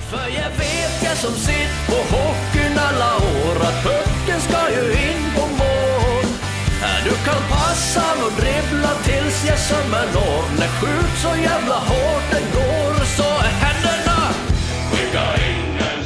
För jag vet jag som sitt på hockeyn alla år att pucken ska ju in på mål. Du kan passa och dribbla tills jag sömmer når. När skjut så jävla hårt den går så händerna skicka ingen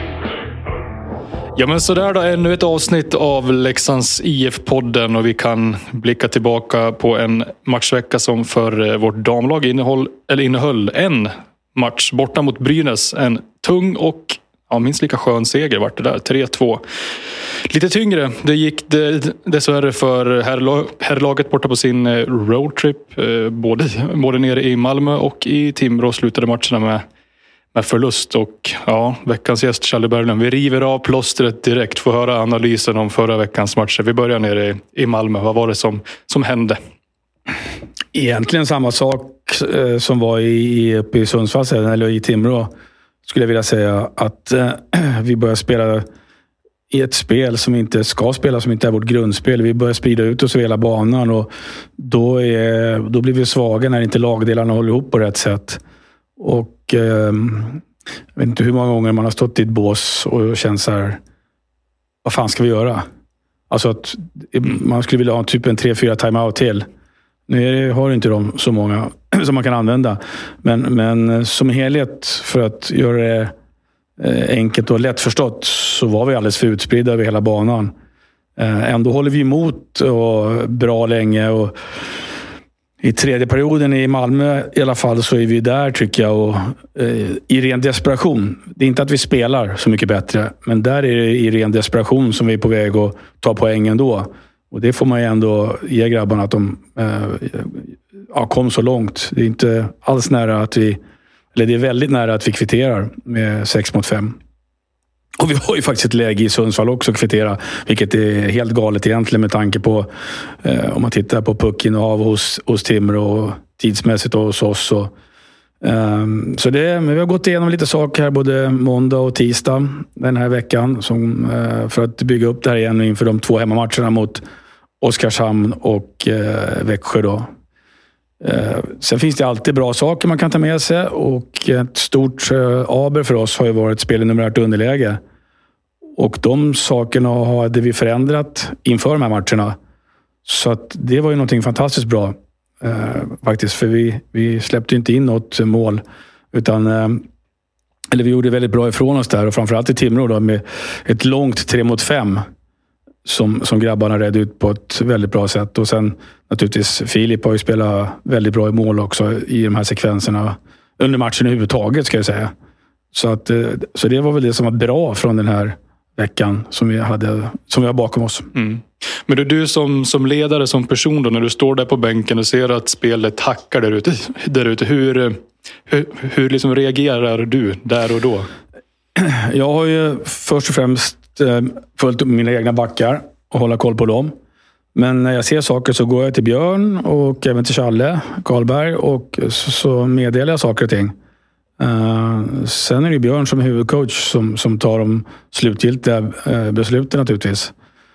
skruv. Ja men sådär då, ännu ett avsnitt av Leksands IF-podden och vi kan blicka tillbaka på en matchvecka som för vårt damlag innehöll en match borta mot Brynäs. En tung och minst lika skön seger vart det där, 3-2. Lite tyngre, det gick dessvärre för herrlaget borta på sin roadtrip. Både nere i Malmö och i Timrå slutade matcherna med förlust. Och ja, veckans gäst Charlie Berglund, vi river av plåstret direkt. Får höra analysen om förra veckans matcher. Vi börjar nere i Malmö. Vad var det som hände? Egentligen samma sak som var uppe i Sundsvall eller i Timrå, skulle jag vilja säga. Att vi börjar spela i ett spel som inte ska spela, som inte är vårt grundspel. Vi börjar sprida ut oss över hela banan och då blir vi svaga när inte lagdelarna håller ihop på rätt sätt. Och jag vet inte hur många gånger man har stått i ett bås och känt så här, vad fan ska vi göra? Alltså att man skulle vilja ha typ en 3-4 timeout till. Nu har inte de så många som man kan använda. Men som helhet, för att göra det enkelt och lättförstått, så var vi alldeles för utspridda över hela banan. Ändå håller vi emot och bra länge. Och i tredje perioden i Malmö i alla fall så är vi där, tycker jag, och i ren desperation. Det är inte att vi spelar så mycket bättre, men där är det i ren desperation som vi är på väg att ta poängen då. Och det får man ju ändå ge grabbarna, att de kom så långt. Det är inte alls nära att det är väldigt nära att vi kvitterar med 6-5. Och vi har ju faktiskt ett läge i Sundsvall också att kvittera, vilket är helt galet egentligen med tanke på om man tittar på puckinnehav hos Timrå och tidsmässigt hos oss. Men vi har gått igenom lite saker här både måndag och tisdag den här veckan för att bygga upp det här igen inför de 2 hemmamatcherna mot Oskarshamn och Växjö då. Sen finns det alltid bra saker man kan ta med sig, och ett stort aber för oss har ju varit spel i numerärt underläge, och de sakerna hade vi förändrat inför de här matcherna, så att det var ju någonting fantastiskt bra faktiskt, för vi släppte inte in något mål, utan vi gjorde väldigt bra ifrån oss där, och framförallt i Timrå då med ett långt 3-5 som grabbarna redde ut på ett väldigt bra sätt. Och sen naturligtvis Filip har ju spelat väldigt bra i mål också i de här sekvenserna under matchen överhuvudtaget, ska jag säga. Så det var väl det som var bra från den här veckan som vi har bakom oss. Mm. Men du som ledare, som person då, när du står där på bänken och ser att spelet hackar där ute, hur liksom reagerar du där och då? Jag har ju först och främst följt upp mina egna backar och hålla koll på dem. Men när jag ser saker så går jag till Björn och även till Challe Karlberg och så meddelar jag saker och ting. Sen är det Björn som är huvudcoach som tar de slutgiltiga besluten naturligtvis.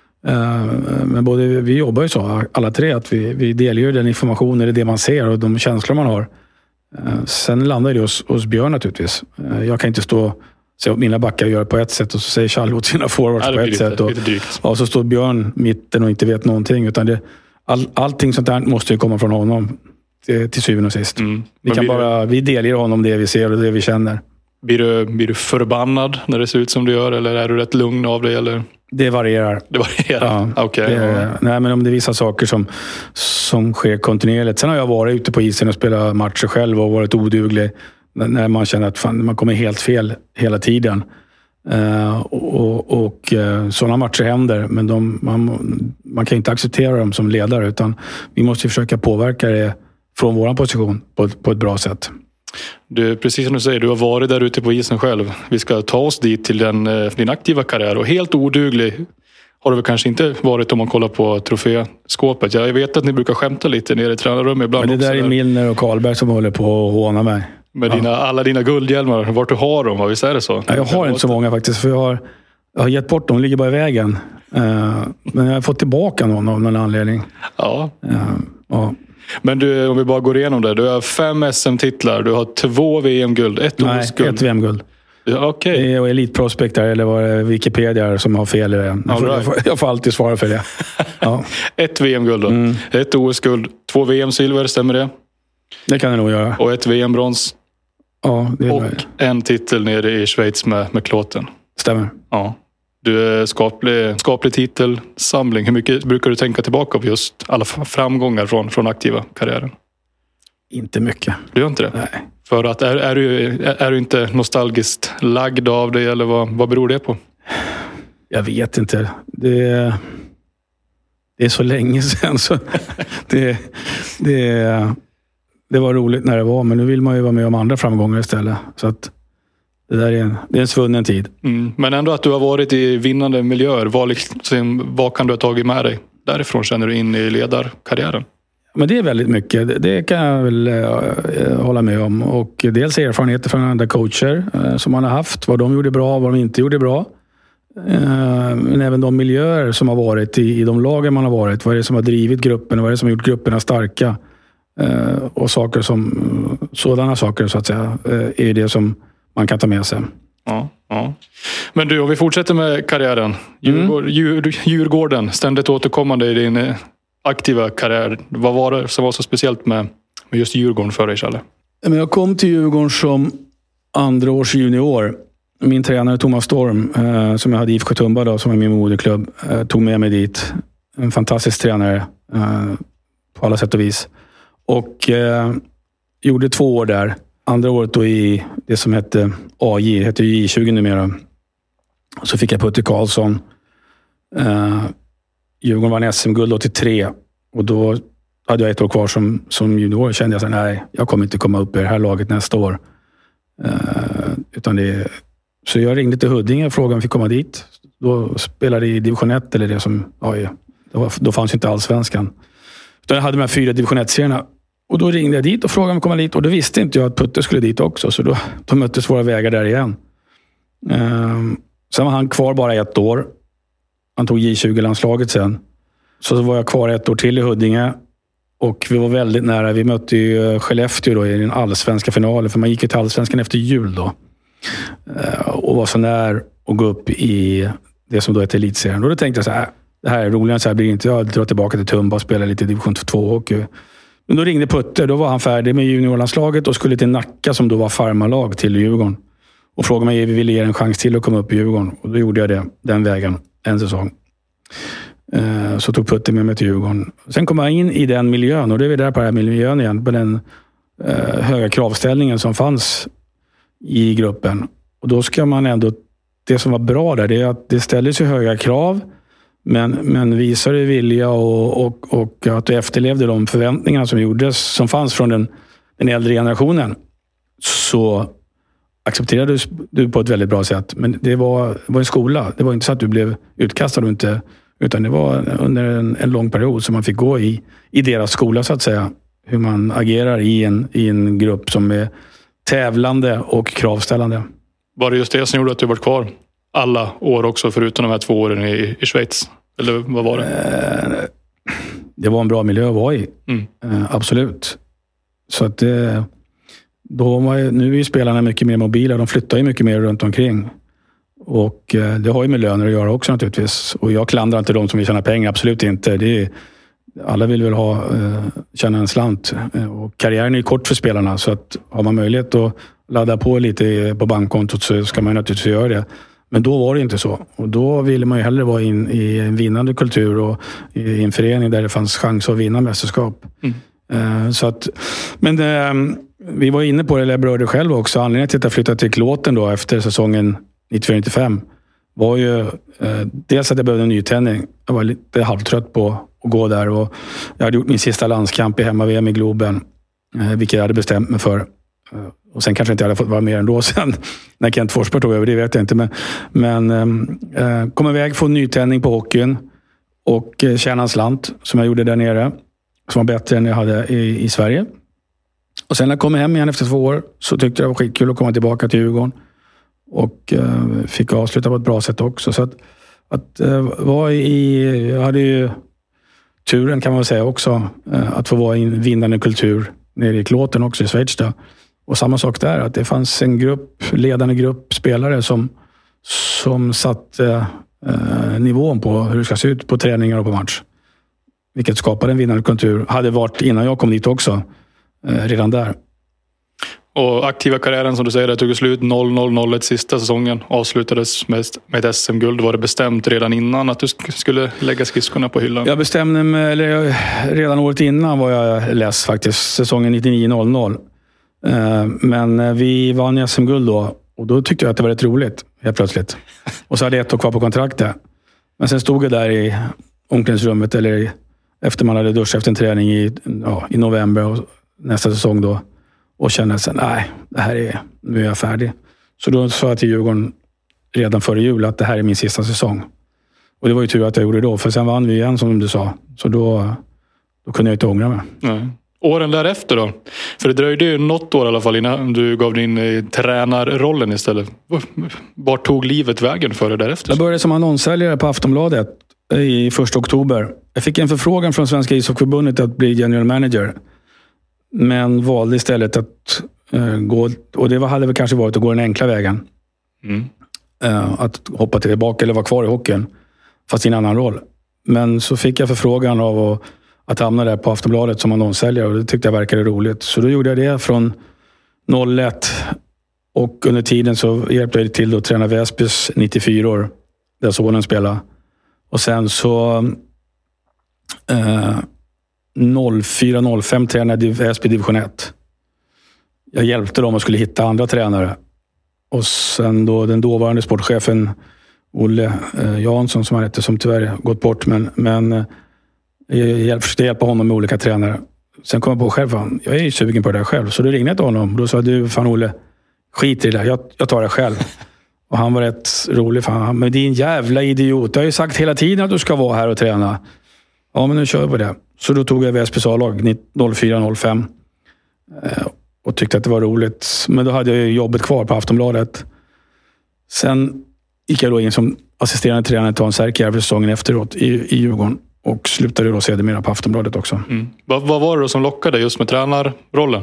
Men både vi jobbar ju så, alla tre, att vi delger den information eller det man ser och de känslor man har. Sen landar det hos Björn naturligtvis. Jag kan inte stå så mina backar gör på ett sätt och så säger Charlie åt sina forwards på ett sätt. Och så står Björn mitten och inte vet någonting. Utan allting sånt där måste ju komma från honom till syvende och sist. Mm. Vi delger honom det vi ser och det vi känner. Blir du förbannad när det ser ut som du gör, eller är du rätt lugn av dig? Eller? Det varierar. Ja, okay. Nej, men om det är vissa saker som sker kontinuerligt. Sen har jag varit ute på isen och spelat matcher själv och varit oduglig. När man känner att man kommer helt fel hela tiden. Och sådana matcher händer. Men man kan inte acceptera dem som ledare. Utan vi måste försöka påverka det från vår position på ett bra sätt. Du, precis som du säger, du har varit där ute på isen själv. Vi ska ta oss dit till din aktiva karriär. Och helt oduglig har du väl kanske inte varit om man kollar på troféskåpet. Jag vet att ni brukar skämta lite nere i tränarrummet ibland. Men det där är Milner och Karlberg som håller på att håna mig. Med alla dina guldhjälmar, vart du har dem, visst är det så? Jag har inte så många faktiskt, för jag har gett bort dem, de ligger bara i vägen. Men jag har fått tillbaka någon av någon anledning. Ja. Men du, om vi bara går igenom det. Du har 5 SM-titlar, du har 2 VM-guld, 1 OS-guld. Nej, 1 VM-guld. Okej. Det är Elitprospect där, eller var det Wikipedia som har fel i det. Jag får alltid svara för det. Ja. 1 VM-guld då. 1 OS-guld. 2 VM-silver, stämmer det? Det kan det nog göra. Och 1 VM-brons. Ja, det är och en titel nere i Schweiz med Kloten. Stämmer. Ja. Du är skaplig titelsamling. Hur mycket brukar du tänka tillbaka på just alla framgångar från aktiva karriären? Inte mycket. Du gör inte det? Nej. För att är du inte nostalgiskt lagd av det, eller vad beror det på? Jag vet inte. Det är så länge sedan. Så det var roligt när det var, men nu vill man ju vara med om andra framgångar istället. Så att det är en svunnen tid. Men ändå att du har varit i vinnande miljöer. Vad kan du ha tagit med dig därifrån, känner du, in i ledarkarriären? Men det är väldigt mycket. Det kan jag väl hålla med om. Och dels erfarenheter från andra coacher som man har haft. Vad de gjorde bra, vad de inte gjorde bra. Men även de miljöer som har varit i de lagen man har varit. Vad är det som har drivit gruppen? Vad är det som har gjort grupperna starka? Och sådana saker så att säga är det som man kan ta med sig. Ja. Men du, om vi fortsätter med karriären. Djurgården, ständigt återkommande i din aktiva karriär. Vad var det som var så speciellt med just Djurgården för dig, Challe? Jag kom till Djurgården som andra års junior. Min tränare Thomas Storm, som jag hade i IFK Tumba då, som är min moderklubb, tog med mig dit. En fantastisk tränare på alla sätt och vis. Och gjorde 2 år där. Andra året då i det som hette AJ, det heter J20 numera. Så fick jag Putte Karlsson. Djurgården vann SM-guld 83. Och då hade jag 1 år kvar som junior. Kände jag så här, nej, jag kommer inte komma upp i det här laget nästa år. Så jag ringde till Huddinge och frågade om jag fick komma dit. Då spelade i division 1, eller det som, då fanns inte allsvenskan. Utan jag hade de här 4 division 1-serierna. Och då ringde jag dit och frågade om jag kom dit. Och då visste inte jag att Putte skulle dit också. Så då möttes våra vägar där igen. Sen var han kvar bara 1 år. Han tog J20-landslaget sen. Så var jag kvar 1 år till i Huddinge. Och vi var väldigt nära. Vi mötte ju Skellefteå då i den allsvenska finalen. För man gick ju till allsvenskan efter jul då. Och var så nära att gå upp i det som då heter elitserien. Och då tänkte jag så här, det här är roligare, så här blir det inte. Jag drar tillbaka till Tumba och spelar lite i division 2. Men då ringde Putte. Då var han färdig med juniorlandslaget och skulle till Nacka, som då var farmarlag till Djurgården. Och frågade mig om vi ville ge en chans till att komma upp i Djurgården. Och då gjorde jag det den vägen, en säsong. Så tog Putte med mig till Djurgården. Sen kom jag in i den miljön, och det är vi där på den här miljön igen, på den höga kravställningen som fanns i gruppen. Och då ska man ändå, det som var bra där, det är att det ställdes ju höga krav, men visade vilja och att du efterlevde de förväntningarna som fanns från den äldre generationen, så accepterade du på ett väldigt bra sätt. Men det var en skola. Det var inte så att du blev utkastad utan det var under en lång period som man fick gå i deras skola, så att säga. Hur man agerar i en grupp som är tävlande och kravställande. Var det just det som gjorde att du var kvar alla år också, förutom de här 2 åren i Schweiz? Eller vad var det? Det var en bra miljö att vara i. Absolut. Så att nu är ju spelarna mycket mer mobila. De flyttar ju mycket mer runt omkring. Och det har ju med löner att göra också naturligtvis. Och jag klandrar inte de som vill tjäna pengar. Absolut inte. Alla vill väl tjäna en slant. Och karriären är ju kort för spelarna. Så att har man möjlighet att ladda på lite på bankkontot, så ska man naturligtvis göra det. Men då var det inte så. Och då ville man ju hellre vara i en vinnande kultur och i en förening där det fanns chans att vinna mästerskap. Vi var inne på det, eller jag berörde själv också. Anledningen till att jag flyttade till Kloten då efter säsongen 94-95 var ju dels att jag behövde en nytändning. Jag var lite halvtrött på att gå där, och jag hade gjort min sista landskamp i hemma-VM i Globen, vilket jag hade bestämt mig för. Och sen kanske inte jag hade fått vara mer ändå sen när Kent Forsberg tog över, det vet jag inte. Men kom iväg, få en nytändning på hockeyn och tjäna en slant som jag gjorde där nere, som var bättre än jag hade i Sverige. Och sen när jag kom hem igen efter 2 år, så tyckte jag det var skitkul att komma tillbaka till Djurgården. Och fick avsluta på ett bra sätt också. Så att jag hade ju turen, kan man säga också, att få vara i en vinnande kultur nere i Kloten också i Schweiz då. Och samma sak där, att det fanns en ledande grupp spelare som satte nivån på hur det ska se ut på träningar och på match. Vilket skapade en vinnande kultur. Hade varit innan jag kom dit också. Redan där. Och aktiva karriären som du säger, det tog slut 0-0-0 sista säsongen. Avslutades med ett SM-guld. Var det bestämt redan innan att du skulle lägga skridskorna på hyllan? Jag bestämde mig, redan året innan var jag läst faktiskt. Säsongen 99-00. Men vi vann SM-guld då. Och då tyckte jag att det var rätt roligt. Helt plötsligt. Och så hade jag 1 år kvar på kontraktet. Men sen stod jag där i omklädningsrummet. Eller efter man hade duschat efter en träning i november. Och nästa säsong då. Och kände sen, nej, nu är jag färdig. Så då sa jag till Djurgården redan före jul att det här är min sista säsong. Och det var ju tur att jag gjorde det då. För sen vann vi igen som du sa. Så då kunde jag inte ångra mig. Nej. Åren därefter då? För det dröjde ju något år i alla fall innan du gav din i tränarrollen istället. Vart tog livet vägen för dig därefter? Jag började som annonssäljare på Aftonbladet i 1 oktober. Jag fick en förfrågan från Svenska ishockeyförbundet att bli general manager. Men valde istället att gå, och det hade väl kanske varit att gå den enkla vägen. Att hoppa tillbaka eller vara kvar i hockeyn. Fast i en annan roll. Men så fick jag förfrågan av att hamna där på Aftonbladet som annonssäljare. Och det tyckte jag verkade roligt. Så då gjorde jag det från 01. Och under tiden så hjälpte jag till att träna Väsbys 94 år. Där sonen spelade. Och sen så 04-05 tränade i Väsby division 1. Jag hjälpte dem och skulle hitta andra tränare. Och sen då den dåvarande sportchefen Olle Jansson som han hette, som tyvärr gått bort, men jag försökte hjälpa honom med olika tränare. Sen kom jag på själv, jag är ju sugen på det där själv. Så då ringde jag till honom. Då sa du, fan Olle, skit i det där. Jag tar det själv. Och han var rätt rolig. Fan. Men din jävla idiot. Jag har ju sagt hela tiden att du ska vara här och träna. Ja, men nu kör vi på det. Så då tog jag Väsbys A-lag 04-05. Och tyckte att det var roligt. Men då hade jag jobbet kvar på Aftonbladet. Sen gick jag då in som assisterande tränare till Hans Särkjärv för säsongen efteråt i Djurgården. Och slutade då sedermera på Aftonbladet också. Vad var det då som lockade just med tränarrollen?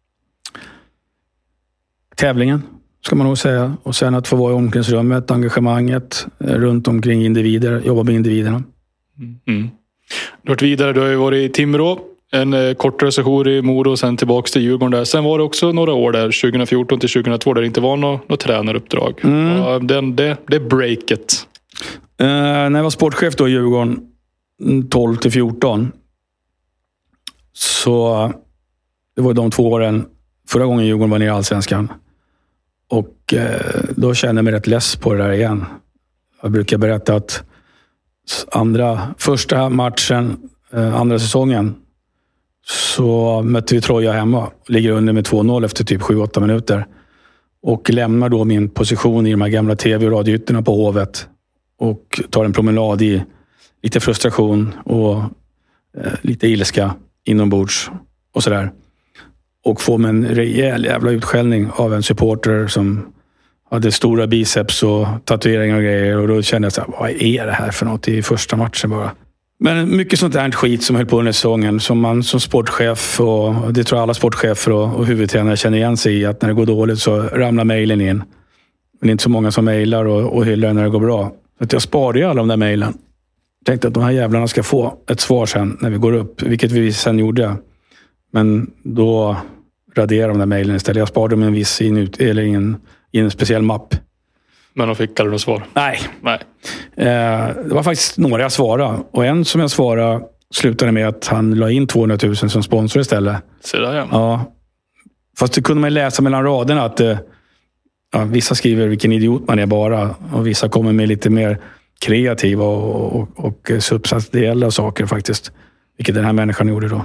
Tävlingen, ska man nog säga. Och sen att få vara i omklädningsrummet, engagemanget runt omkring individer, jobba med individerna. Du har varit vidare, du har ju varit i Timrå, en kortare session i Modo och sen tillbaka till Djurgården där. Sen var det också några år där, 2014 till 2002, där det inte var något tränaruppdrag. Det breaket. När jag var sportchef då i Djurgården 12 till 14, så det var de 2 åren förra gången Djurgården var nere i Allsvenskan. Och då kände jag mig rätt less på det där igen. Jag brukar berätta att första matchen, andra säsongen, så mötte vi Troja hemma. Ligger under med 2-0 efter typ 7-8 minuter. Och lämnar då min position i de här gamla tv- och radioytorna på Hovet. Och tar en promenad i lite frustration och lite ilska inombords och sådär. Och får med en rejäl jävla utskällning av en supporter som hade stora biceps och tatueringar och grejer. Och då kände jag så här, vad är det här för något i första matchen bara? Men mycket sånt där skit som höll på under säsongen. Som man som sportchef, och det tror jag alla sportchefer och huvudtränare känner igen sig i, att när det går dåligt så ramlar mejlen in. Men det är inte så många som mejlar och hyllar när det går bra. Så att jag sparade ju alla de där mejlen. Tänkte att de här jävlarna ska få ett svar sen när vi går upp. Vilket vi sen gjorde. Men då raderade de där mejlen istället. Jag sparade dem i en speciell mapp. Men de fick aldrig något svar? Nej. Det var faktiskt några jag svarade. Och en som jag svarade slutade med att han la in 200 000 som sponsor istället. Så där, ja. Ja. Fast det kunde man läsa mellan raderna att vissa skriver vilken idiot man är bara. Och vissa kommer med lite mer kreativa och substantiella saker faktiskt. Vilket den här människan gjorde då.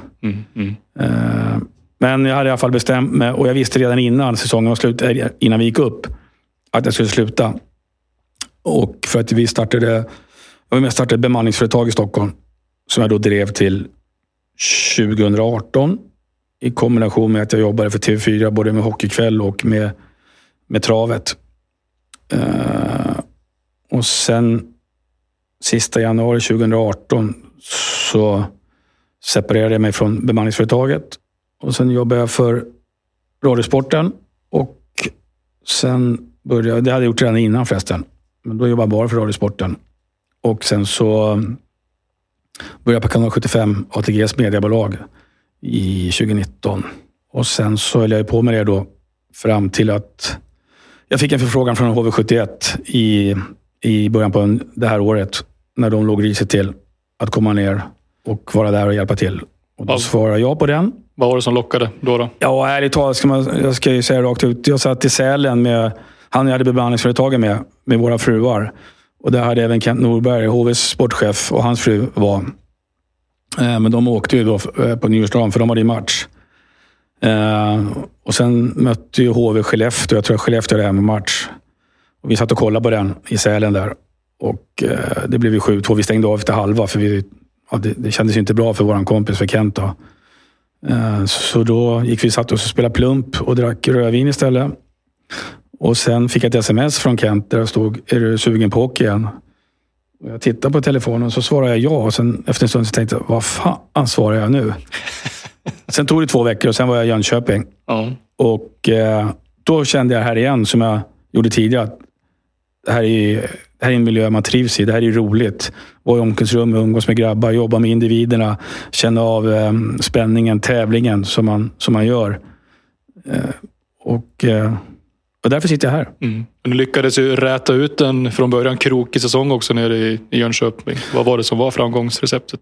Men jag hade i alla fall bestämt mig, och jag visste redan innan säsongen var slut, innan vi gick upp, att jag skulle sluta. Och för att vi startade ett bemanningsföretag i Stockholm som jag då drev till 2018 i kombination med att jag jobbade för TV4 både med Hockeykväll och med travet. Och sen sista januari 2018 så separerade jag mig från bemanningsföretaget och sen jobbade jag för Radiosporten. Och sen började, det hade jag gjort redan innan förresten. Men då jobbade jag bara för Radiosporten. Och sen så började jag på Kanal 75, ATGs mediebolag, i 2019. Och sen så höll jag på med det då fram till att jag fick en förfrågan från HV71 i början på det här året, när de låg risigt till att komma ner och vara där och hjälpa till. Och då svarade jag på den. Vad var det som lockade då? Ja, ärligt talat jag ska ju säga rakt ut. Jag satt i Sälen med, han hade bemanningsföretaget med våra fruar. Och där hade även Kent Norberg, HVs sportchef, och hans fru var. Men de åkte ju då på Nynäshamn, för de hade ju match. Och sen mötte ju HV Skellefteå. Jag tror att Skellefteå hade med match. Och vi satt och kollade på den i Sälen där. Och det blev ju 7-2. Vi stängde av efter halva, för det kändes ju inte bra för våran kompis, för Kent då. Så då gick vi satt och spelade plump och drack rödvin istället. Och sen fick jag ett sms från Kent där det stod: är du sugen på hockey igen? Och jag tittade på telefonen och så svarade jag ja. Och sen efter en stund så tänkte jag, vad fan svarar jag nu? Sen tog det 2 veckor och sen var jag i Jönköping. Och då kände jag här igen, som jag gjorde tidigare, att det här är en miljö man trivs i. Det här är roligt. Vara i omklädningsrum, umgås med grabbar, jobba med individerna, känna av spänningen, tävlingen som man gör. Och därför sitter jag här. Du lyckades ju räta ut en från början krokig säsong också nere i Jönköping. Vad var det som var framgångsreceptet?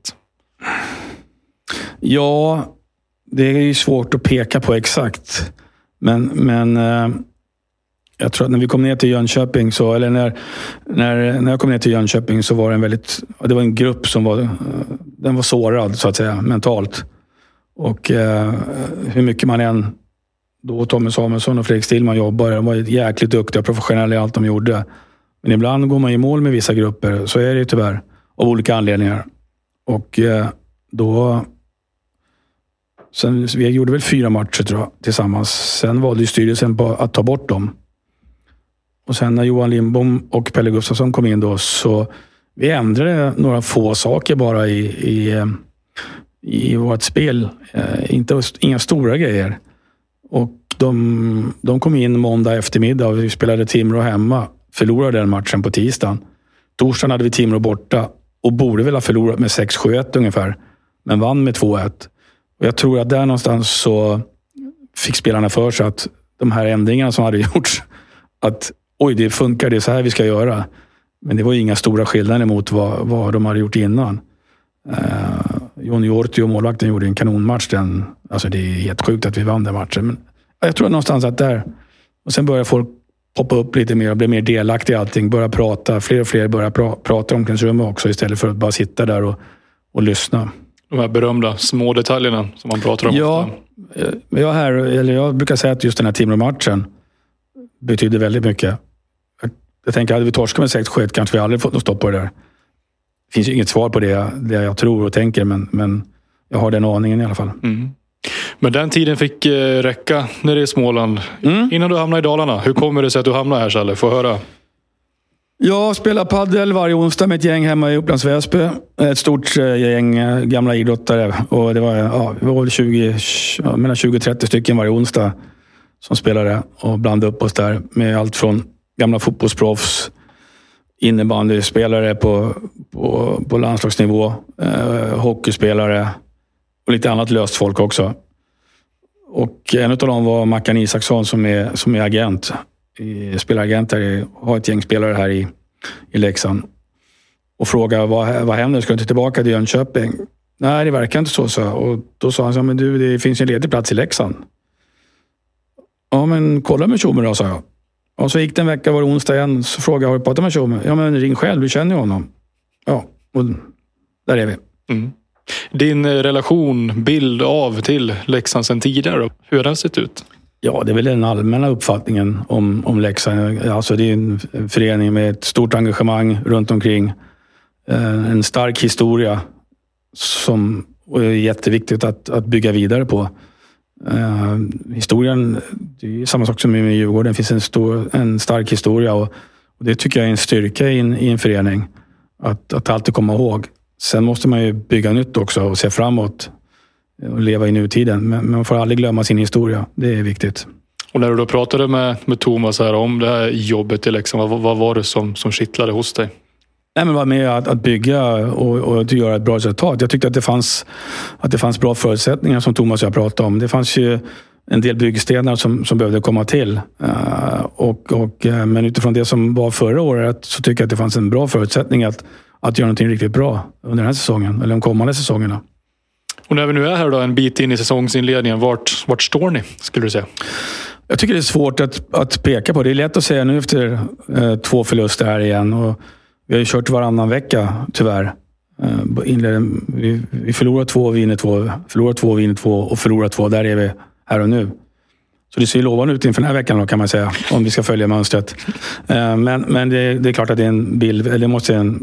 Ja, det är ju svårt att peka på exakt. Men jag tror att när vi kom ner till Jönköping när jag kom ner till Jönköping så var det var en grupp som var sårad så att säga mentalt. Och hur mycket man än då Tommy Samuelsson och Fredrik Stillman jobbade, de var jäkligt duktiga och professionella i allt de gjorde. Men ibland går man i mål med vissa grupper, så är det tyvärr av olika anledningar. Och då sen, vi gjorde väl 4 matcher tror jag tillsammans. Sen valde ju styrelsen på att ta bort dem. Och sen när Johan Lindbom och Pelle Gustafsson kom in då, så vi ändrade några få saker bara i vårt spel. Inga stora grejer. Och de kom in måndag eftermiddag och vi spelade Timrå hemma. Förlorade den matchen på tisdagen. Torsdagen hade vi Timrå borta och borde väl ha förlorat med 6-7-1 ungefär. Men vann med 2-1. Och jag tror att där någonstans så fick spelarna för sig att de här ändringarna som hade gjorts, att oj, det funkar, det är så här vi ska göra. Men det var inga stora skillnader mot vad de hade gjort innan. Johnny Ortio, målvakten, gjorde en kanonmatch. Alltså det är helt sjukt att vi vann den matchen. Men jag tror någonstans att där. Och sen börjar folk poppa upp lite mer och bli mer delaktiga i allting. Börja prata, fler och fler börjar prata om omklädningsrummet också, istället för att bara sitta där och lyssna. De här berömda små detaljerna som man pratar om. Ja, jag brukar säga att just den här Timrå-matchen betyder väldigt mycket. Jag tänker, hade vi torskat med 6-7 kanske vi aldrig fått något stopp på det där. Det finns ju inget svar på det jag tror och tänker, men jag har den aningen i alla fall. Men den tiden fick räcka nere i Småland. Innan du hamnade i Dalarna. Hur kommer det sig att du hamnade här, Challe? Få höra. Jag spelar paddel varje onsdag med ett gäng hemma i Upplands Väsby. Ett stort gäng gamla idrottare. Och det var mellan 20-30 stycken varje onsdag som spelade och blandade upp oss där med allt från gamla fotbollsproffs, innebandyspelare på landslagsnivå, hockeyspelare och lite annat löst folk också. Och en av dem var Mackan Isaksson som är agent, spelaragent här, har ett gäng spelare här i Leksand. Och frågade vad händer, ska du inte tillbaka till Jönköping? Nej, det verkar inte så. Och då sa han, men du, det finns en ledig plats i Leksand. Ja, men kolla med Tjomme då, sa jag. Och så gick det en vecka, var det onsdag igen, så frågade jag, har du pratat med Tjomme? Ja, men ring själv, du känner ju honom. Ja, och där är vi. Din bild av till Leksand sedan tidigare, hur har den sett ut? Ja, det är väl den allmänna uppfattningen om Leksand. Alltså det är en förening med ett stort engagemang runt omkring. En stark historia som är jätteviktigt att bygga vidare på. Historien, det är samma sak som med Djurgården. Det finns en stark historia och det tycker jag är en styrka i en förening. Att alltid komma ihåg. Sen måste man ju bygga nytt också och se framåt. och leva i nutiden. Men man får aldrig glömma sin historia. Det är viktigt. Och när du då pratade med Thomas här om det här jobbet i Leksand, vad var det som kittlade hos dig? Nej, men var med att bygga och att göra ett bra resultat. Jag tyckte att det fanns bra förutsättningar som Thomas och jag pratade om. Det fanns ju en del byggstenar som behövde komma till. Men utifrån det som var förra året så tycker jag att det fanns en bra förutsättning att göra någonting riktigt bra under den här säsongen eller de kommande säsongerna. Och när vi nu är här då en bit in i säsongsinledningen, vart står ni, skulle du säga? Jag tycker det är svårt att peka på. Det är lätt att säga nu efter 2 förluster här igen. Och vi har ju kört varannan vecka, tyvärr. Vi förlorar 2 och vinner 2. Förlorar 2 och vinner 2 och förlorar 2. Där är vi här och nu. Så det ser ju lovande ut inför den här veckan då, kan man säga. Om vi ska följa mönstret. Men det är klart att det är en bild. Eller det måste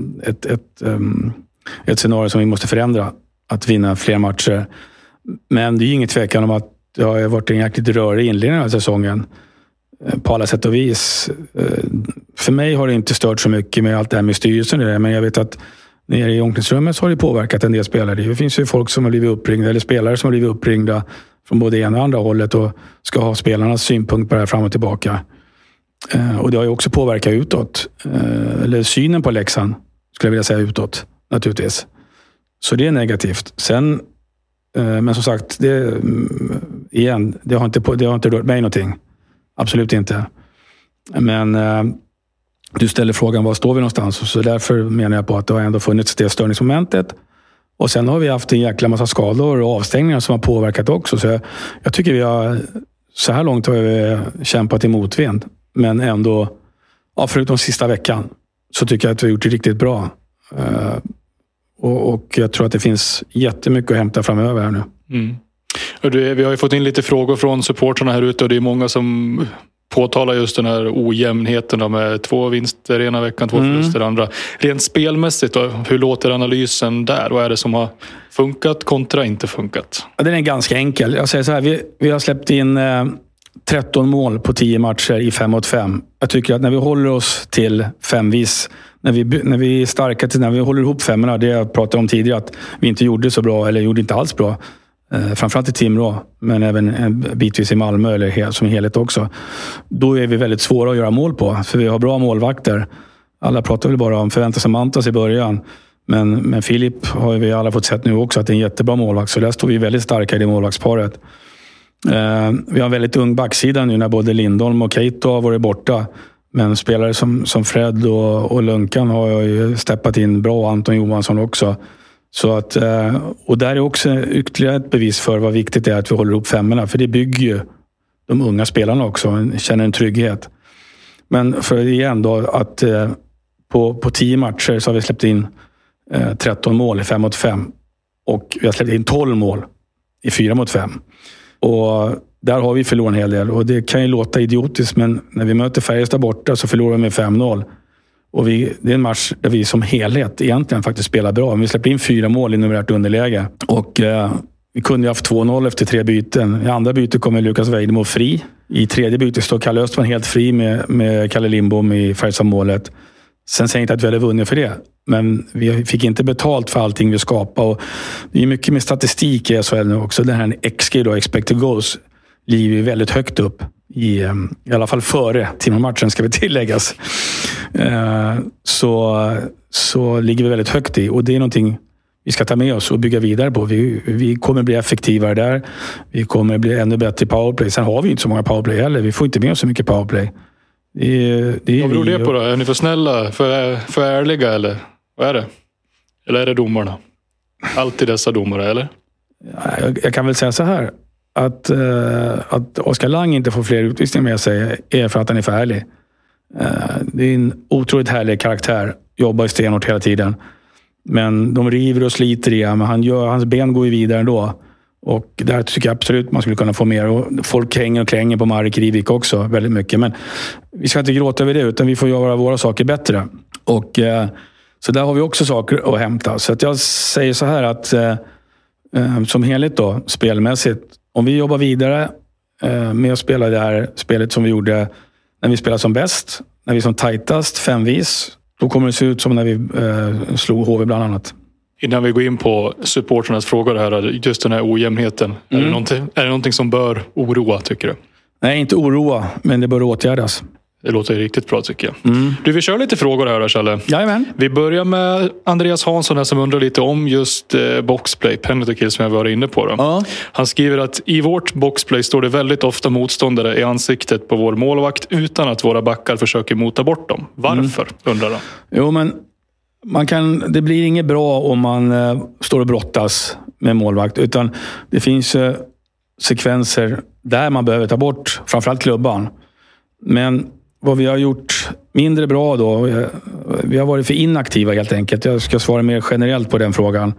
ett scenario som vi måste förändra. Att vinna fler matcher. Men det är ju inget tvekan om att det har varit en jäkligt rörig inledning av säsongen. På alla sätt och vis. För mig har det inte stört så mycket med allt det här med styrelsen. Men jag vet att nere i omklädningsrummet så har det påverkat en del spelare. Det finns ju folk som har blivit uppringda, eller spelare som har blivit uppringda från både ena och andra hållet och ska ha spelarnas synpunkt på det här fram och tillbaka. Och det har ju också påverkat utåt. Eller synen på Leksand, skulle jag vilja säga, utåt naturligtvis. Så det är negativt. Sen, men som sagt, det har inte rört mig någonting. Absolut inte. Men du ställer frågan, var står vi någonstans? Så därför menar jag på att det har ändå funnits det störningsmomentet. Och sen har vi haft en jäkla massa skador och avstängningar som har påverkat också. Så jag tycker så här långt har vi kämpat i motvind. Men ändå, förutom sista veckan, så tycker jag att vi har gjort det riktigt bra. Och jag tror att det finns jättemycket att hämta framöver här nu. Mm. Vi har ju fått in lite frågor från supporterna här ute och det är många som påtalar just den här ojämnheten med 2 vinster ena veckan, 2 förluster andra. Rent spelmässigt då, hur låter analysen där? Vad är det som har funkat kontra inte funkat? Ja, den är ganska enkel. Jag säger så här, vi har släppt in 13 mål på 10 matcher i 5-5. Jag tycker att när vi håller oss till 5-vis, när vi är starka till, när vi håller ihop 5-orna, det jag pratade om tidigare att vi inte gjorde så bra eller gjorde inte alls bra. Framförallt i Timrå, men även bitvis i Malmö eller som helhet också. Då är vi väldigt svåra att göra mål på, för vi har bra målvakter. Alla pratar väl bara om förväntas sig Mantas i början. Men Filip har vi alla fått sett nu också att det är en jättebra målvakt. Så där står vi väldigt starka i det målvaktsparet. Vi har en väldigt ung backsida nu när både Lindholm och Keito har varit borta. Men spelare som Fred och Lunkan har ju steppat in bra, Anton Johansson också. Så att, och där är också ytterligare ett bevis för vad viktigt det är att vi håller ihop 5orna. För det bygger ju de unga spelarna också, känner en trygghet. Men för igen då att på 10 matcher så har vi släppt in 13 mål i 5-5. Och vi har släppt in 12 mål i 4-5. Och där har vi förlorat en hel del. Och det kan ju låta idiotiskt, men när vi möter Färjestad borta så förlorar vi med 5-0. Och det är en match där vi som helhet egentligen faktiskt spelar bra. Vi släpper in 4 mål i numerärt underläge. Och vi kunde ju haft 2-0 efter 3 byten. I andra bytet kommer Lukas Weidemo fri. I tredje bytet står Kalle Östman helt fri med Kalle Lindbom i Färjestad-målet. Sen säger jag inte att vi hade vunnit för det. Men vi fick inte betalt för allting vi skapade. Och det är mycket med statistik i SHL nu också. Den här XG då, expected goals, ligger ju väldigt högt upp. I alla fall före Timrå-matchen ska vi tilläggas. Så ligger vi väldigt högt i. Och det är någonting vi ska ta med oss och bygga vidare på. Vi kommer bli effektivare där. Vi kommer bli ännu bättre i powerplay. Sen har vi inte så många powerplay heller. Vi får inte med oss så mycket powerplay. Vad beror det på då? Är ni för snälla? För ärliga eller? Vad är det? Eller är det domarna? Alltid dessa domare, eller? Jag kan väl säga så här. Att Oskar Lang inte får fler utvisningar med sig är för att han är för ärlig. Det är en otroligt härlig karaktär. Jobbar i stenhårt hela tiden. Men de river och sliter i men hans ben går ju vidare ändå. Och där tycker jag absolut man skulle kunna få mer. Och folk hänger och kränger på Marek Rivik också väldigt mycket. Men vi ska inte gråta över det, utan vi får göra våra saker bättre. Och så där har vi också saker att hämta. Så att jag säger så här att som helhet då, spelmässigt, om vi jobbar vidare med att spela det här spelet som vi gjorde när vi spelade som bäst, när vi som tajtast 5-vis, då kommer det se ut som när vi slog HV bland annat. Innan vi går in på supporternas frågor här, just den här ojämnheten. Är det någonting som bör oroa, tycker du? Nej, inte oroa, men det bör åtgärdas. Det låter ju riktigt bra, tycker jag. Du, vi kör lite frågor här, Challe. Jajamän. Vi börjar med Andreas Hansson här, som undrar lite om just boxplay, penalty kill, som jag var inne på. Då. Ja. Han skriver att i vårt boxplay står det väldigt ofta motståndare i ansiktet på vår målvakt utan att våra backar försöker mota bort dem. Varför, undrar han? Jo, men det blir inget bra om man står och brottas med målvakt, utan det finns sekvenser där man behöver ta bort framförallt klubban. Men vad vi har gjort mindre bra då, vi har varit för inaktiva helt enkelt. Jag ska svara mer generellt på den frågan.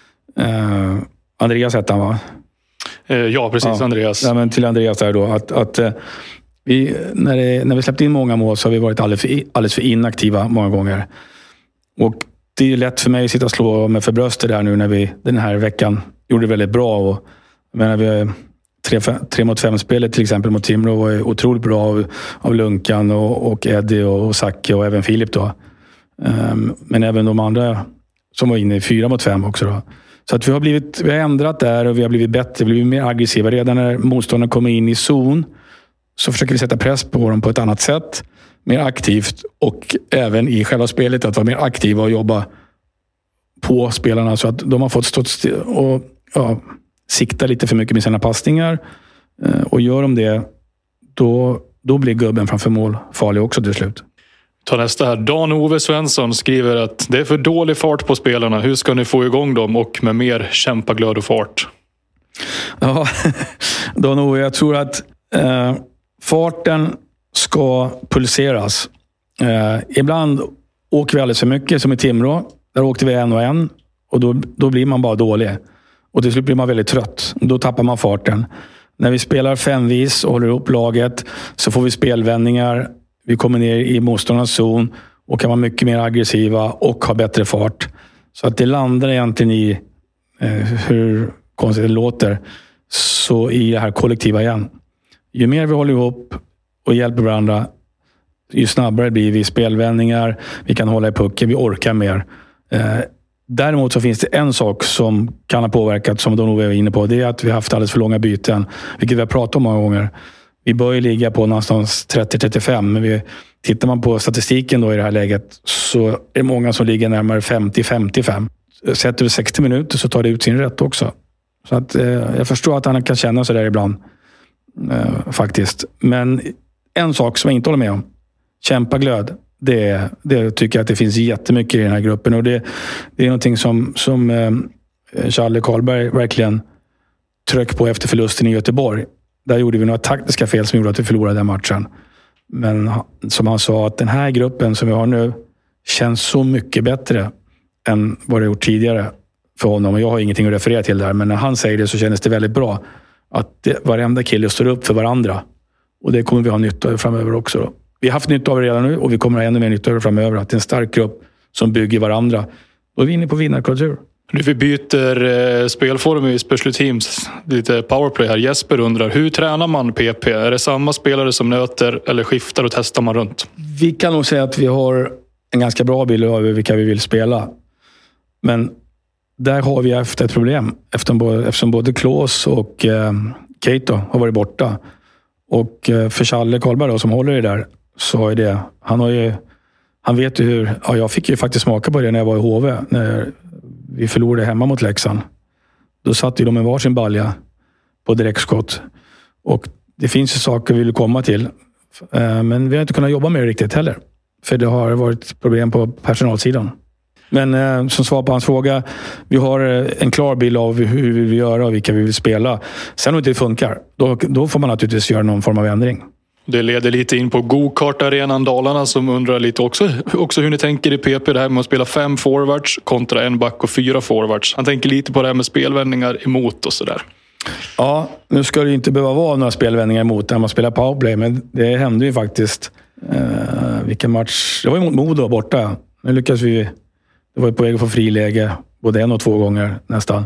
Andreas hette han, va? Ja, precis, ja. Andreas. Ja, men till Andreas där då, att vi, när vi släppte in många mål så har vi varit alldeles för inaktiva många gånger. Och det är lätt för mig att sitta och slå mig för bröstet där nu när vi den här veckan gjorde det väldigt bra. Och, jag menar, vi 3-mot-5-spelet till exempel mot Timrå var otroligt bra av Lunkan och Eddie och Zacke och även Filip då. Men även de andra som var inne i 4-mot-5 också då. Så att vi har ändrat där och vi har blivit bättre, vi har blivit mer aggressiva. Redan när motståndaren kommer in i zon så försöker vi sätta press på dem på ett annat sätt. Mer aktivt, och även i själva spelet att vara mer aktiva och jobba på spelarna så att de har fått stå och sikta lite för mycket med sina passningar. Och gör de det, då blir gubben framför mål farlig också till slut. Ta nästa här. Dan-Ove Svensson skriver att det är för dålig fart på spelarna. Hur ska ni få igång dem och med mer kämpaglöd och fart? Ja, Dan-Ove, jag tror att farten ska pulseras. Ibland åker vi alldeles för mycket, som i Timrå. Där åkte vi 1-1 och då blir man bara dålig. Och till slut blir man väldigt trött. Då tappar man farten. När vi spelar 5-vis och håller upp laget så får vi spelvändningar. Vi kommer ner i motståndarnas zon och kan vara mycket mer aggressiva och ha bättre fart. Så att det landar egentligen i, hur konstigt det låter, så i det här kollektiva igen. Ju mer vi håller ihop och hjälper varandra, ju snabbare blir vi spelvändningar. Vi kan hålla i pucken, vi orkar mer. Däremot så finns det en sak som kan ha påverkat, som de nog är inne på. Det är att vi har haft alldeles för långa byten, vilket vi har pratat om många gånger. Vi bör ju ligga på någonstans 30-35, men tittar man på statistiken då i det här läget så är det många som ligger närmare 50-55. Sätter du 60 minuter så tar det ut sin rätt också. Så att, jag förstår att han kan känna sig där ibland faktiskt. Men en sak som jag inte håller med om, kämpaglöd, det tycker jag att det finns jättemycket i den här gruppen. Och det är någonting som Charlie Karlberg verkligen tryck på efter förlusten i Göteborg. Där gjorde vi några taktiska fel som gjorde att vi förlorade den matchen. Men som han sa, att den här gruppen som vi har nu känns så mycket bättre än vad det gjort tidigare för honom. Och jag har ingenting att referera till där, men när han säger det så känns det väldigt bra att varenda kille står upp för varandra. Och det kommer vi ha nytta av framöver också då. Vi har haft nytta av det redan nu och vi kommer ha ännu mer nytta av det framöver. Att det är en stark grupp som bygger varandra. Då är vi inne på vinnarkultur. Vi byter spelform i Special Teams, lite powerplay här. Jesper undrar, hur tränar man PP? Är det samma spelare som nöter eller skiftar och testar man runt? Vi kan nog säga att vi har en ganska bra bild av vilka vi vill spela. Men där har vi haft ett problem eftersom både Klås och Keito har varit borta. Och för Challe Karlberg då, som håller det där, så är det, han vet ju hur, jag fick ju faktiskt smaka på det när jag var i HV, när vi förlorade hemma mot Leksand. Då satt ju de med varsin balja på direktskott. Och det finns ju saker vi vill komma till. Men vi har inte kunnat jobba med det riktigt heller. För det har varit problem på personalsidan. Men som svar på hans fråga, vi har en klar bild av hur vi vill göra och vilka vi vill spela. Sen om det inte funkar, då får man naturligtvis göra någon form av ändring. Det leder lite in på Go-kart-arenan Dalarna, som undrar lite också hur ni tänker i PP, det här med att spela 5 forwards kontra en back och 4 forwards. Han tänker lite på det här med spelvändningar emot och sådär. Ja, nu ska det ju inte behöva vara några spelvändningar emot när man spelar powerplay, men det hände ju faktiskt. Vilken match? Det var ju mot Modo borta. Nu lyckas vi. Det var ju på väg att få friläge både 1 och 2 gånger nästan.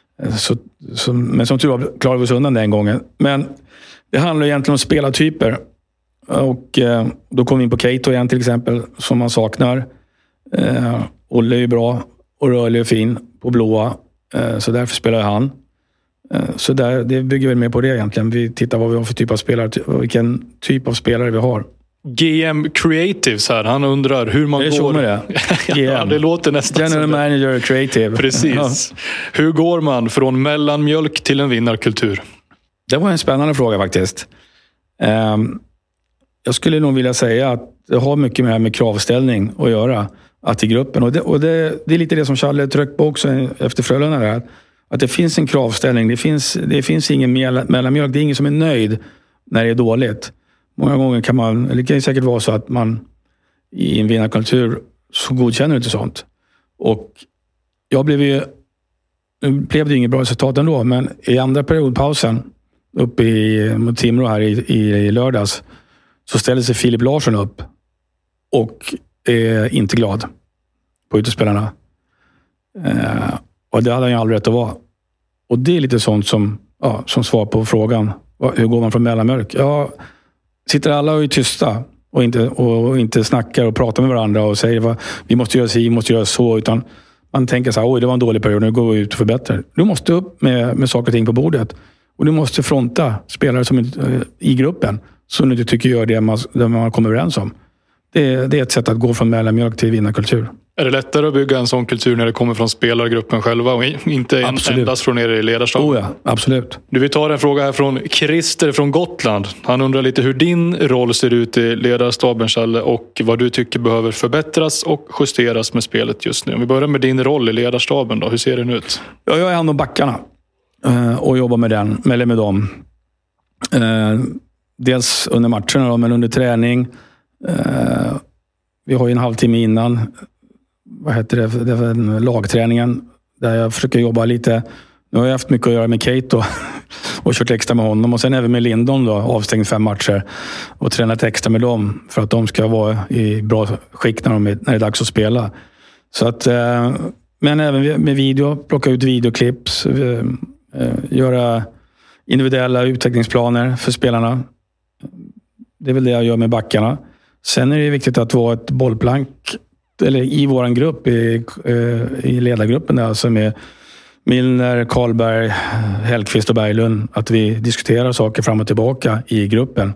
Men som tur var klarade vi oss undan den gången. Men det handlar egentligen om spelartyper. Och då kom vi in på Keito igen till exempel, som man saknar. Olle är ju bra och rörlig och fin på blåa. Så därför spelar han. Så det bygger väl mer på det egentligen. Vi tittar vad vi har för typ av spelare och vilken typ av spelare vi har. GM Creatives här, han undrar hur man går... Med det. Ja, det låter nästan General Manager Creative. Precis. Hur går man från mellanmjölk till en vinnarkultur? Det var en spännande fråga faktiskt. Jag skulle nog vilja säga att det har mycket med kravställning att göra. Att i gruppen. Och det är lite det som Challe tryckte på också efter Frölunda där. Att det finns en kravställning. Det finns ingen mellanmjölk. Det är ingen som är nöjd när det är dåligt. Många gånger det kan säkert vara så att man i en vinnarkultur så godkänner inte sånt. Och nu blev det inget bra resultat ändå, men i andra periodpausen uppe mot Timrå här i lördags så ställer sig Filip Larsson upp och är inte glad på utespelarna. Och det hade han ju aldrig rätt att vara. Och det är lite sånt som svar på frågan. Hur går man från mellanmjölk? Ja, sitter alla och är tysta och inte snackar och pratar med varandra och säger vi måste göra så, vi måste göra så, utan man tänker så här, oj det var en dålig period, nu går vi ut och förbättrar. Du måste upp med saker och ting på bordet och du måste fronta spelare som i gruppen som du inte tycker gör det man kommer överens om. Det är ett sätt att gå från mellanmjölk till vinnarkultur. Är det lättare att bygga en sån kultur när det kommer från spelargruppen själva och inte endast från er i ledarstaben? Ja, absolut. Vi tar en fråga här från Christer från Gotland. Han undrar lite hur din roll ser ut i ledarstaben, Challe, och vad du tycker behöver förbättras och justeras med spelet just nu. Om vi börjar med din roll i ledarstaben då, hur ser den ut? Ja, jag är hand om backarna och jobbar med dem. Dels under matcherna men under träning. Vi har ju en halvtimme innan lagträningen där jag försöker jobba lite. Nu har jag haft mycket att göra med Kate och kört extra med honom och sen även med Lindon då, avstängt 5 matcher och tränat extra med dem för att de ska vara i bra skick när det är dags att spela. Så att, men även med video, plocka ut videoklips, göra individuella utvecklingsplaner för spelarna. Det är väl det jag gör med backarna. Sen är det viktigt att vara ett bollplank eller i våran grupp i ledargruppen där, alltså med Milner, Karlberg, Hellqvist och Berglund, att vi diskuterar saker fram och tillbaka i gruppen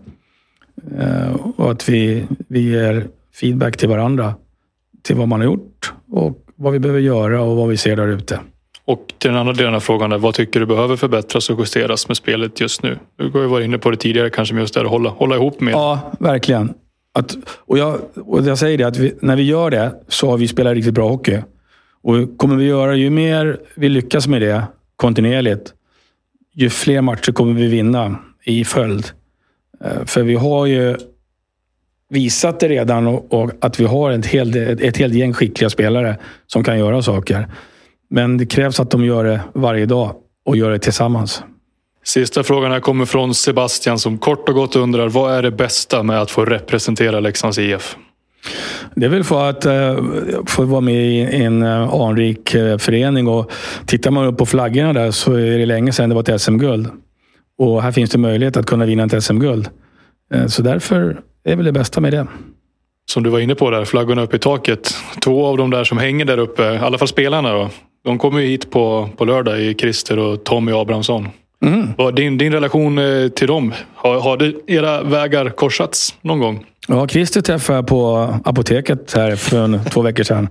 och att vi ger feedback till varandra till vad man har gjort och vad vi behöver göra och vad vi ser där ute. Och till den andra delen av frågan är, vad tycker du behöver förbättras och justeras med spelet just nu? Du har ju varit inne på det tidigare, kanske med just det att hålla ihop med. Ja, verkligen. Och jag säger det att när vi gör det så har vi spelat riktigt bra hockey. Och kommer vi göra, ju mer vi lyckas med det kontinuerligt, ju fler matcher kommer vi vinna i följd. För vi har ju visat det redan och att vi har ett helt gäng skickliga spelare som kan göra saker. Men det krävs att de gör det varje dag och gör det tillsammans. Sista frågan här kommer från Sebastian som kort och gott undrar, vad är det bästa med att få representera Leksands IF? Det är väl för att få vara med i en anrik förening, och tittar man upp på flaggorna där så är det länge sedan det var ett SM-guld. Och här finns det möjlighet att kunna vinna ett SM-guld. Så därför är väl det bästa med det. Som du var inne på där, flaggorna uppe i taket. 2 av de där som hänger där uppe, i alla fall spelarna då, de kommer ju hit på lördag i Christer och Tommy Abrahamsson. Din relation till dem, har era vägar korsats någon gång? Ja, Christer träffade jag på apoteket här för 2 veckor sedan.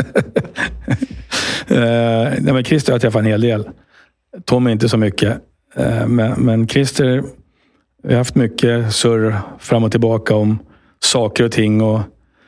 Nej, men Christer har jag träffat en hel del. Tommy inte så mycket. Men Christer, vi har haft mycket surr fram och tillbaka om saker och ting. Och,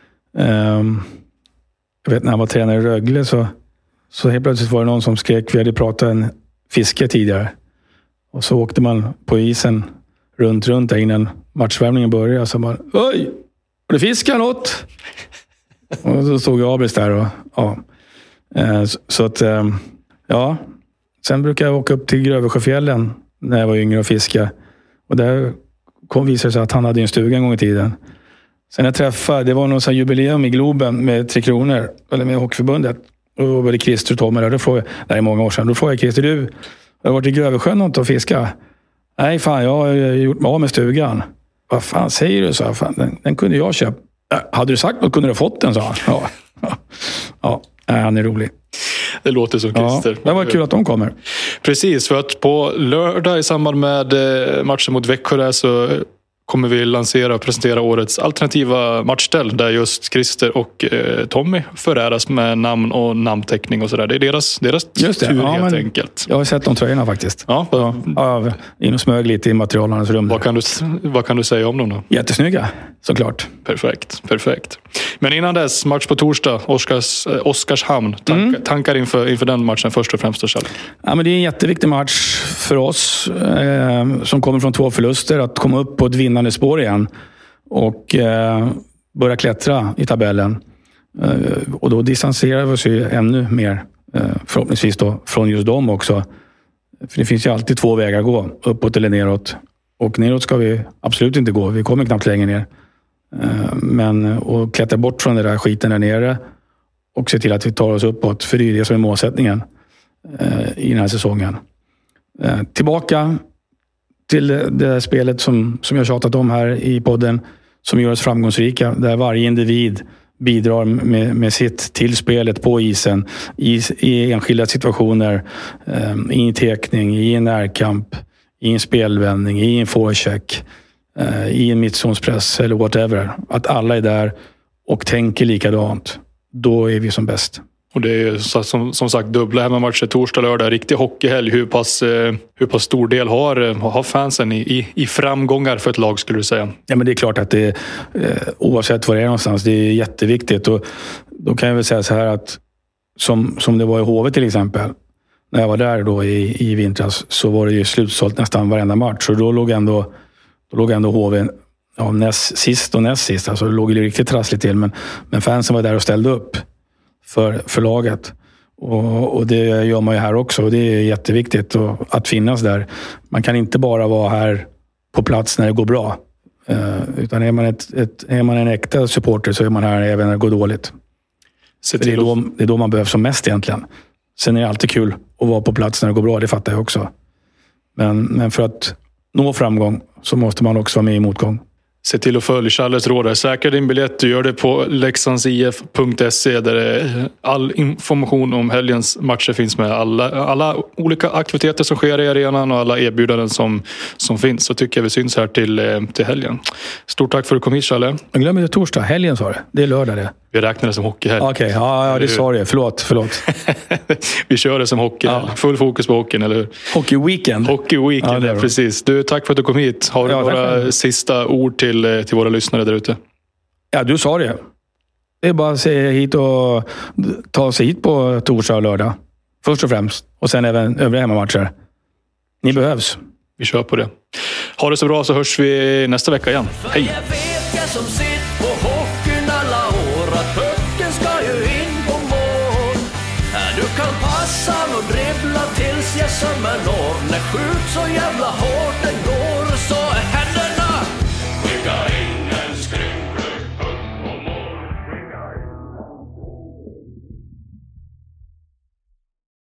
jag vet när han var tränare i Rögle så helt plötsligt var det någon som skrek, vi hade pratat en fiske tidigare. Och så åkte man på isen runt där innan matchvärmningen började. Så man, oj, har du fiskat något? Och så stod jag Abris där. Och, ja. Så att, ja. Sen brukar jag åka upp till Grövelsjöfjällen när jag var yngre och fiska. Och där visade det sig att han hade en stuga en gång i tiden. Sen jag träffade, det var någon sån jubileum i Globen med 3 Kronor, eller med Hockeyförbundet. Och då var det Christer och Tommy där. Det är många år sedan. Då frågade jag Christer, du har varit i Grövelsjön och fiska? Nej fan, jag har gjort mig av med stugan. Vad fan säger du? Så fan, den kunde jag köpa. Hade du sagt något kunde du ha fått den, sa han. Ja, han är rolig. Det låter som Christer. Det var kul att de kommer. Precis, för att på lördag i samband med matchen mot Växjö så kommer vi lansera och presentera årets alternativa matchställ där just Christer och Tommy föräras med namn och namnteckning och sådär. Det är deras tur helt enkelt. Jag har sett de tröjorna faktiskt. Ja. In och smög lite i materialarnas rum. Vad kan du säga om dem då? Jättesnygga, såklart. Perfekt. Men innan dess, match på torsdag, Oskarshamn. Tankar inför den matchen först och främst? Ja, men det är en jätteviktig match för oss som kommer från 2 förluster att komma upp på ett vinnande spår igen och börja klättra i tabellen. Och då distanserar vi oss ju ännu mer förhoppningsvis då från just dem också. För det finns ju alltid 2 vägar att gå, uppåt eller neråt. Och neråt ska vi absolut inte gå. Vi kommer knappt längre ner. Men att klättra bort från den där skiten där nere och se till att vi tar oss uppåt. För det är det som är målsättningen i den här säsongen. Tillbaka till det här spelet som jag tjatat om här i podden som gör oss framgångsrika. Där varje individ bidrar med sitt till spelet på isen i enskilda situationer, i en tekning, i en närkamp, i en spelvändning, i en forecheck, i en mittzonspress eller whatever. Att alla är där och tänker likadant. Då är vi som bäst. Och det är som sagt dubbla hemmamatcher torsdag, lördag. Riktig hockeyhelg. Hur pass stor del har fansen i framgångar för ett lag, skulle du säga? Ja, men det är klart att det oavsett var det är någonstans, det är jätteviktigt. Och då kan jag väl säga så här att som det var i HV till exempel. När jag var där då i vintras så var det ju slutsålt nästan varenda match. Och då låg ändå HV näst sist. Alltså det låg ju riktigt trassligt till. Men fansen var där och ställde upp för laget. Och det gör man ju här också. Och det är jätteviktigt att finnas där. Man kan inte bara vara här på plats när det går bra. Utan är man en äkta supporter så är man här även när det går dåligt. Det är då man behövs som mest egentligen. Sen är det alltid kul att vara på plats när det går bra, det fattar jag också. Men för att nå framgång så måste man också vara med i motgång. Se till att följa Charles råd. Säkra din biljett. Du gör det på leksandsif.se där all information om helgens matcher finns med. Alla olika aktiviteter som sker i arenan och alla erbjudanden som finns. Så tycker jag vi syns här till helgen. Stort tack för att du kom hit, Charles. Jag glömmer det torsdag. Helgen sa det. Det är lördag det. Vi räknar det som hockeyhelg. Okej, ja, det sa det. Förlåt. Vi kör det som hockeyhelg. Ja. Full fokus på hockeyn, eller hur? Hockeyweekend. Hockeyweekend, ja, precis. Du, tack för att du kom hit. Har du några sista ord till våra lyssnare där ute? Ja, du sa det. Det är bara att se hit och ta sig hit på torsdag och lördag. Först och främst. Och sen även övriga hemmamatcher. Ni behövs. Vi kör på det. Ha det så bra, så hörs vi nästa vecka igen. Hej! Du kan passa och dribbla tills jag som en når. När skjut så jag